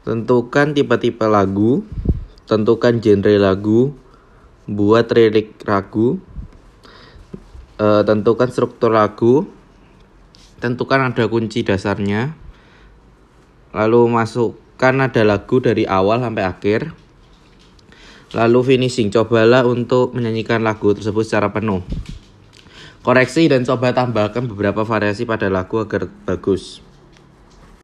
Tentukan tipe-tipe lagu, tentukan genre lagu, buat lirik lagu, tentukan struktur lagu, tentukan nada kunci dasarnya, lalu masukkan nada lagu dari awal sampai akhir, lalu finishing, cobalah untuk menyanyikan lagu tersebut secara penuh. Koreksi dan coba tambahkan beberapa variasi pada lagu agar bagus.